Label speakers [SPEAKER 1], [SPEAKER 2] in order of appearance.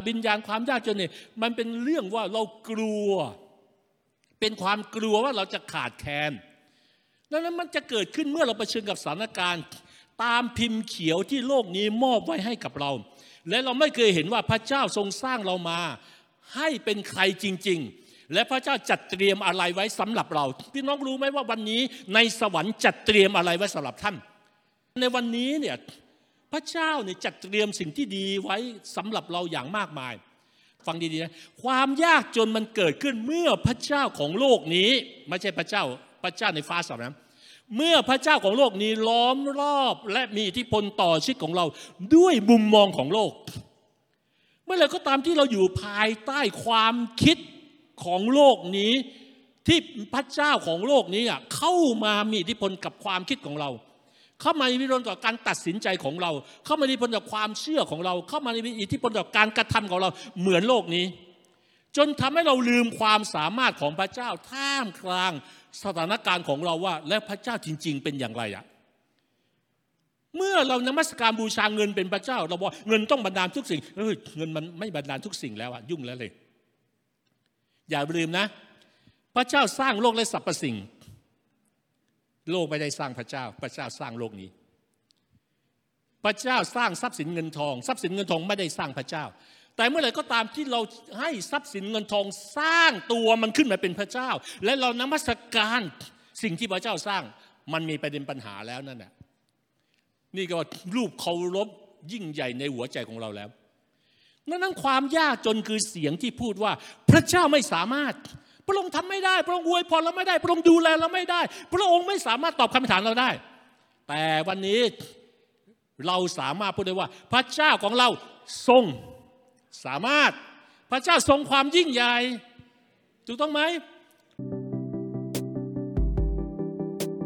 [SPEAKER 1] วิญญาณความยากจนเนี่ยมันเป็นเรื่องว่าเรากลัวเป็นความกลัวว่าเราจะขาดแคลนดังนั้นมันจะเกิดขึ้นเมื่อเราเผชิญกับสถานการณ์ตามพิมพ์เขียวที่โลกนี้มอบไว้ให้กับเราและเราไม่เคยเห็นว่าพระเจ้าทรงสร้างเรามาให้เป็นใครจริงๆและพระเจ้าจัดเตรียมอะไรไว้สำหรับเราพี่น้องรู้ไหมว่าวันนี้ในสวรรค์จัดเตรียมอะไรไว้สำหรับท่านในวันนี้เนี่ยพระเจ้าเนี่ยจัดเตรียมสิ่งที่ดีไว้สำหรับเราอย่างมากมายฟังดีๆนะความยากจนมันเกิดขึ้นเมื่อพระเจ้าของโลกนี้ไม่ใช่พระเจ้าในฟ้าสวรรค์เมื่อพระเจ้าของโลกนี้ล้อมรอบและมีอิทธิพลต่อชีวิตของเราด้วยมุมมองของโลกเมื่อไหร่ก็ตามที่เราอยู่ภายใต้ความคิดของโลกนี้ที่พระเจ้าของโลกนี้เข้ามามีอิทธิพลกับความคิดของเราเข้ามามีอิทธิพลต่อการตัดสินใจของเราเข้ามามีอิทธิพลต่อความเชื่อของเราเข้ามามีอิทธิพลต่อการกระทำของเราเหมือนโลกนี้จนทำให้เราลืมความสามารถของพระเจ้าท่ามกลางสถานการณ์ของเราว่าและพระเจ้าจริงๆเป็นอย่างไรเมื่อเรานมัสการบูชาเงินเป็นพระเจ้าเราบอกเงินต้องบันดาลทุกสิ่งเงินมันไม่บันดาลทุกสิ่งแล้วยุ่งแล้วเลยอย่าลืมนะพระเจ้าสร้างโลกและสรรพสิ่งโลกไม่ได้สร้างพระเจ้าพระเจ้าสร้างโลกนี้พระเจ้าสร้างทรัพย์สินเงินทองทรัพย์สินเงินทองไม่ได้สร้างพระเจ้าแต่เมื่อไหร่ก็ตามที่เราให้ทรัพย์สินเงินทองสร้างตัวมันขึ้นมาเป็นพระเจ้าและเรานมัสการสิ่งที่พระเจ้าสร้างมันมีประเด็นปัญหาแล้วนั่นแหละนี่ก็รูปเคารพยิ่งใหญ่ในหัวใจของเราแล้วนั้นความยากจนคือเสียงที่พูดว่าพระเจ้าไม่สามารถพระองค์ทำไม่ได้พระองค์อวยพรเราไม่ได้พระองค์ดูแลเราไม่ได้พระองค์ไม่สามารถตอบคำถามเราได้แต่วันนี้เราสามารถพูดได้ว่าพระเจ้าของเราทรงสามารถพระเจ้าทรงความยิ่งใหญ่ถูกต้องไหม